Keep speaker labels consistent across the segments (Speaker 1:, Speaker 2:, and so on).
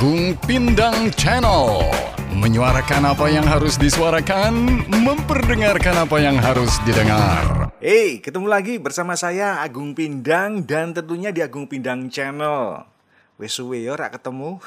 Speaker 1: Agung Pindang Channel. Menyuarakan apa yang harus disuarakan, memperdengarkan apa yang harus didengar.
Speaker 2: Hey, ketemu lagi bersama saya Agung Pindang dan tentunya di Agung Pindang Channel. Wes suwe yo rak ketemu.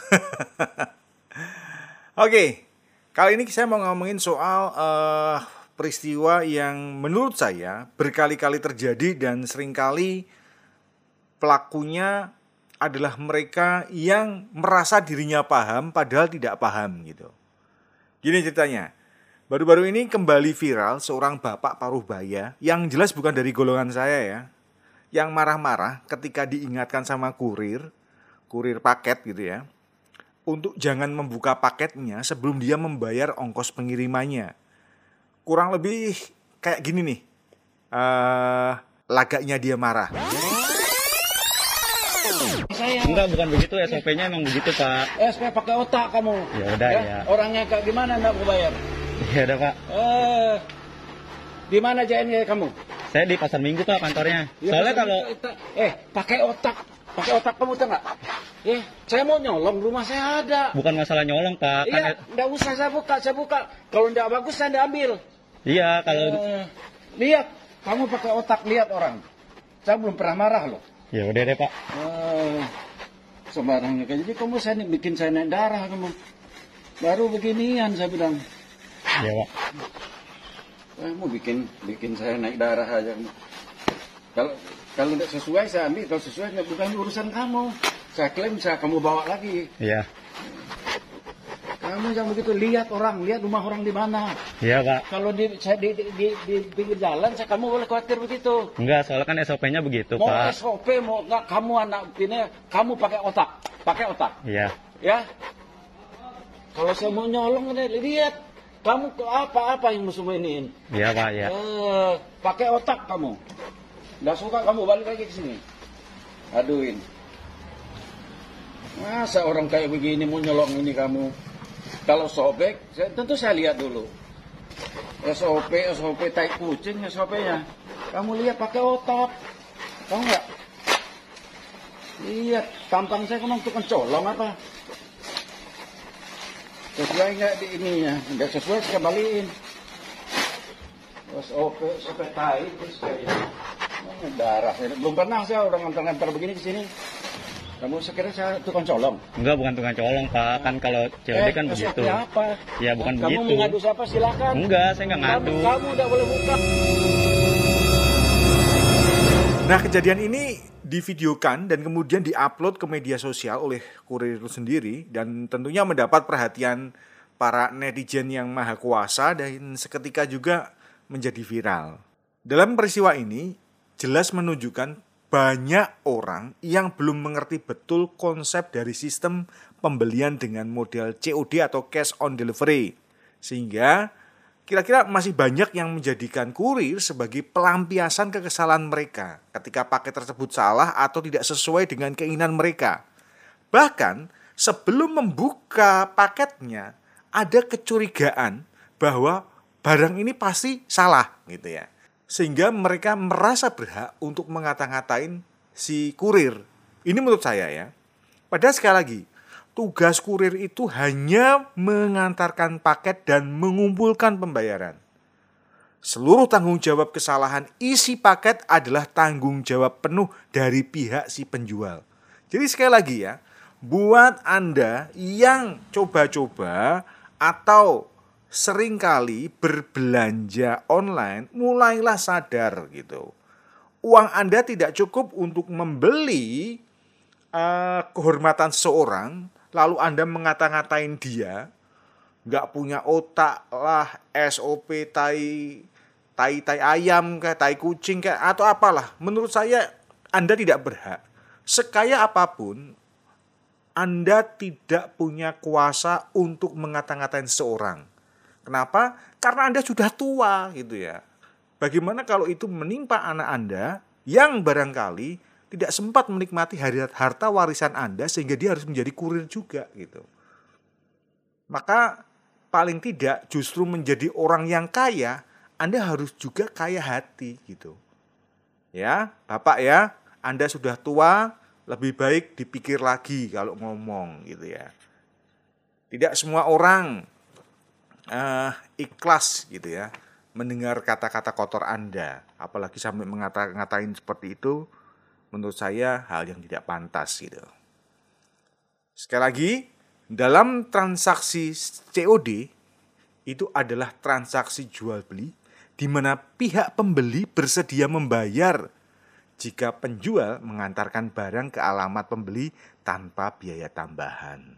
Speaker 2: Oke, kali ini saya mau ngomongin soal peristiwa yang menurut saya berkali-kali terjadi dan seringkali pelakunya adalah mereka yang merasa dirinya paham padahal tidak paham gitu. Gini ceritanya, baru-baru ini kembali viral seorang bapak paruh baya yang jelas bukan dari golongan saya ya, yang marah-marah ketika diingatkan sama kurir paket gitu ya, untuk jangan membuka paketnya sebelum dia membayar ongkos pengirimannya. Kurang lebih kayak gini nih, lagaknya dia marah.
Speaker 3: Enggak, bukan begitu, SOP-nya emang begitu, Pak.
Speaker 4: SP pakai otak kamu.
Speaker 3: Ya udah ya.
Speaker 4: Orangnya kayak gimana enggak mau bayar?
Speaker 3: Ya udah, Pak.
Speaker 4: Di mana JNE kamu?
Speaker 3: Saya di Pasar Minggu, Pak, kantornya.
Speaker 4: Ya,
Speaker 3: Soalnya kalau
Speaker 4: pakai otak kamu tuh enggak? Saya mau nyolong, rumah saya ada.
Speaker 3: bukan masalah nyolong, Pak.
Speaker 4: Iya, enggak usah saya buka. Kalau enggak bagus saya enggak ambil.
Speaker 3: Iya, kalau
Speaker 4: Lihat, kamu pakai otak, lihat orang. Saya belum pernah marah loh.
Speaker 3: ya udah deh, Pak.
Speaker 4: Sembarangnya kayak jadi kamu bikin saya naik darah kamu. Baru beginian saya bilang.
Speaker 3: Ya, Pak.
Speaker 4: Kamu bikin saya naik darah aja. Kalau tidak sesuai saya ambil, kalau sesuai bukan urusan kamu. Saya klaim kamu bawa lagi.
Speaker 3: Iya.
Speaker 4: Kamu jangan begitu, lihat rumah orang di mana.
Speaker 3: Iya, Pak.
Speaker 4: Kalau di pinggir jalan, kamu boleh khawatir begitu.
Speaker 3: Enggak, soalnya kan SOP-nya begitu,
Speaker 4: Mau
Speaker 3: Pak.
Speaker 4: SOP, mau nggak kamu anak ini, kamu pakai otak.
Speaker 3: Iya.
Speaker 4: Ya. Kalau saya mau nyolong, lihat. Kamu apa yang musuh iniin?
Speaker 3: Iya, Pak, ya.
Speaker 4: Pakai otak kamu. Nggak suka kamu balik lagi ke sini. Aduin. Masa orang kayak begini mau nyolong ini kamu? Kalau sobek, tentu saya lihat dulu. SOP, tai kucing SOP-nya. Kamu lihat pakai otak. Tahu nggak? Lihat, tampang saya kemang tukang colong apa? Sesuai nggak di ininya? Nggak sesuai, saya kembaliin. SOP tai, terus kayak darah. Belum pernah saya orang ngantar-ngantar begini ke sini. Kamu sekira saya tukang colong?
Speaker 3: Enggak, bukan tukang colong, Pak. Kan kalau COD kan begitu.
Speaker 4: Apa?
Speaker 3: Ya, bukan
Speaker 4: kamu
Speaker 3: begitu.
Speaker 4: Kamu mengadu siapa? Silakan.
Speaker 3: Enggak, saya enggak ngadu.
Speaker 4: Kamu udah boleh buka.
Speaker 2: Nah, kejadian ini divideokan dan kemudian diupload ke media sosial oleh kurir itu sendiri dan tentunya mendapat perhatian para netizen yang maha kuasa dan seketika juga menjadi viral. Dalam peristiwa ini jelas menunjukkan banyak orang yang belum mengerti betul konsep dari sistem pembelian dengan model COD atau cash on delivery. Sehingga kira-kira masih banyak yang menjadikan kurir sebagai pelampiasan kekesalan mereka ketika paket tersebut salah atau tidak sesuai dengan keinginan mereka. Bahkan sebelum membuka paketnya ada kecurigaan bahwa barang ini pasti salah gitu ya. Sehingga mereka merasa berhak untuk ngata-ngatain si kurir. Ini menurut saya ya. Padahal sekali lagi, tugas kurir itu hanya mengantarkan paket dan mengumpulkan pembayaran. Seluruh tanggung jawab kesalahan isi paket adalah tanggung jawab penuh dari pihak si penjual. Jadi sekali lagi ya, buat Anda yang coba-coba atau seringkali berbelanja online, mulailah sadar gitu. Uang Anda tidak cukup untuk membeli kehormatan seseorang, lalu Anda ngata-ngatain dia, nggak punya otak lah, SOP tai ayam kayak tai kucing kayak atau apalah. Menurut saya Anda tidak berhak. Sekaya apapun, Anda tidak punya kuasa untuk ngata-ngatain seseorang. Kenapa? Karena Anda sudah tua gitu ya. Bagaimana kalau itu menimpa anak Anda yang barangkali tidak sempat menikmati harta warisan Anda sehingga dia harus menjadi kurir juga gitu. Maka paling tidak justru menjadi orang yang kaya, Anda harus juga kaya hati gitu. Ya, Bapak ya, Anda sudah tua, lebih baik dipikir lagi kalau ngomong gitu ya. Tidak semua orang ikhlas gitu ya mendengar kata-kata kotor Anda, apalagi sampai ngatain seperti itu. Menurut saya hal yang tidak pantas gitu. Sekali lagi, dalam transaksi COD itu adalah transaksi jual beli di mana pihak pembeli bersedia membayar jika penjual mengantarkan barang ke alamat pembeli tanpa biaya tambahan.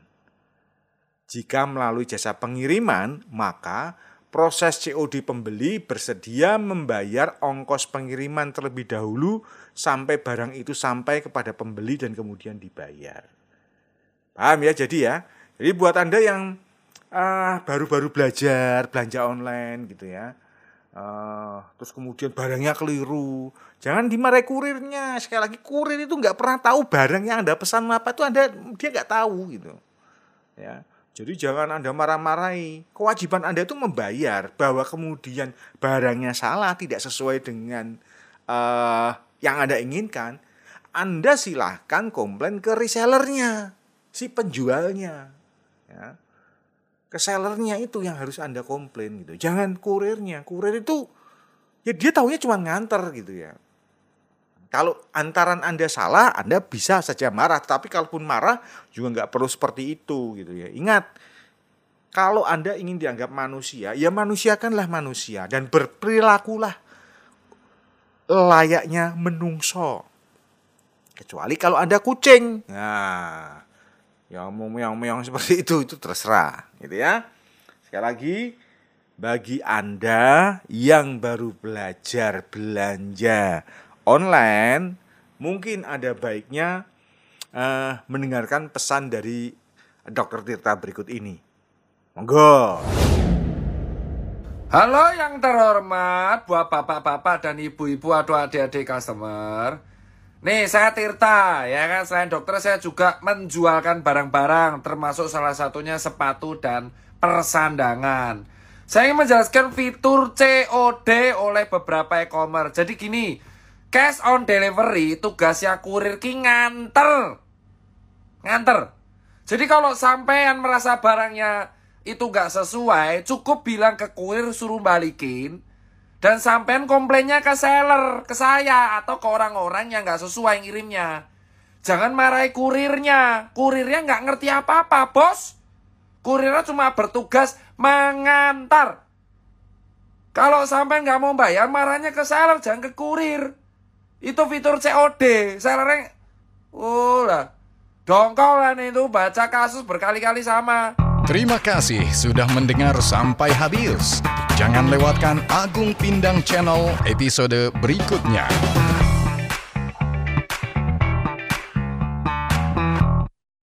Speaker 2: Jika melalui jasa pengiriman, maka proses COD pembeli bersedia membayar ongkos pengiriman terlebih dahulu sampai barang itu sampai kepada pembeli dan kemudian dibayar. Paham ya? Jadi buat Anda yang baru-baru belajar belanja online gitu ya, terus kemudian barangnya keliru, jangan dimarahi kurirnya. Sekali lagi, kurir itu nggak pernah tahu barang yang Anda pesan apa itu dia nggak tahu gitu ya. Jadi jangan Anda marah-marahi. Kewajiban Anda itu membayar. Bahwa kemudian barangnya salah, tidak sesuai dengan yang Anda inginkan, Anda silahkan komplain ke resellernya, si penjualnya ya. Ke sellernya itu yang harus Anda komplain gitu. Jangan kurirnya. Kurir itu ya dia taunya cuma nganter gitu ya. Kalau antaran Anda salah, Anda bisa saja marah. Tapi kalaupun marah juga nggak perlu seperti itu gitu ya. Ingat, kalau Anda ingin dianggap manusia, ya manusiakanlah manusia. Dan berperilakulah layaknya menungso. Kecuali kalau Anda kucing. Nah, yang meong-meong seperti itu terserah gitu ya. Sekali lagi, bagi Anda yang baru belajar belanja online, mungkin ada baiknya mendengarkan pesan dari Dr. Tirta berikut ini. Monggo.
Speaker 5: Halo yang terhormat, buat bapak-bapak dan ibu-ibu atau adik-adik customer. Nih, saya Tirta, ya kan. Selain dokter, saya juga menjualkan barang-barang, termasuk salah satunya sepatu dan persandangan. Saya ingin menjelaskan fitur COD oleh beberapa e-commerce. Jadi gini, cash on delivery tugasnya kurir ki nganter. Jadi kalau sampean merasa barangnya itu gak sesuai, cukup bilang ke kurir suruh balikin. Dan sampean komplainnya ke seller, ke saya, atau ke orang-orang yang gak sesuai ngirimnya. Jangan marahi kurirnya. Kurirnya gak ngerti apa-apa, bos. Kurirnya cuma bertugas mengantar. Kalau sampean gak mau bayar, marahnya ke seller, jangan ke kurir. Itu fitur COD. Sellernya lah dongkolan itu baca kasus berkali-kali sama.
Speaker 1: Terima kasih sudah mendengar sampai habis. Jangan lewatkan Agung Pindang Channel episode berikutnya.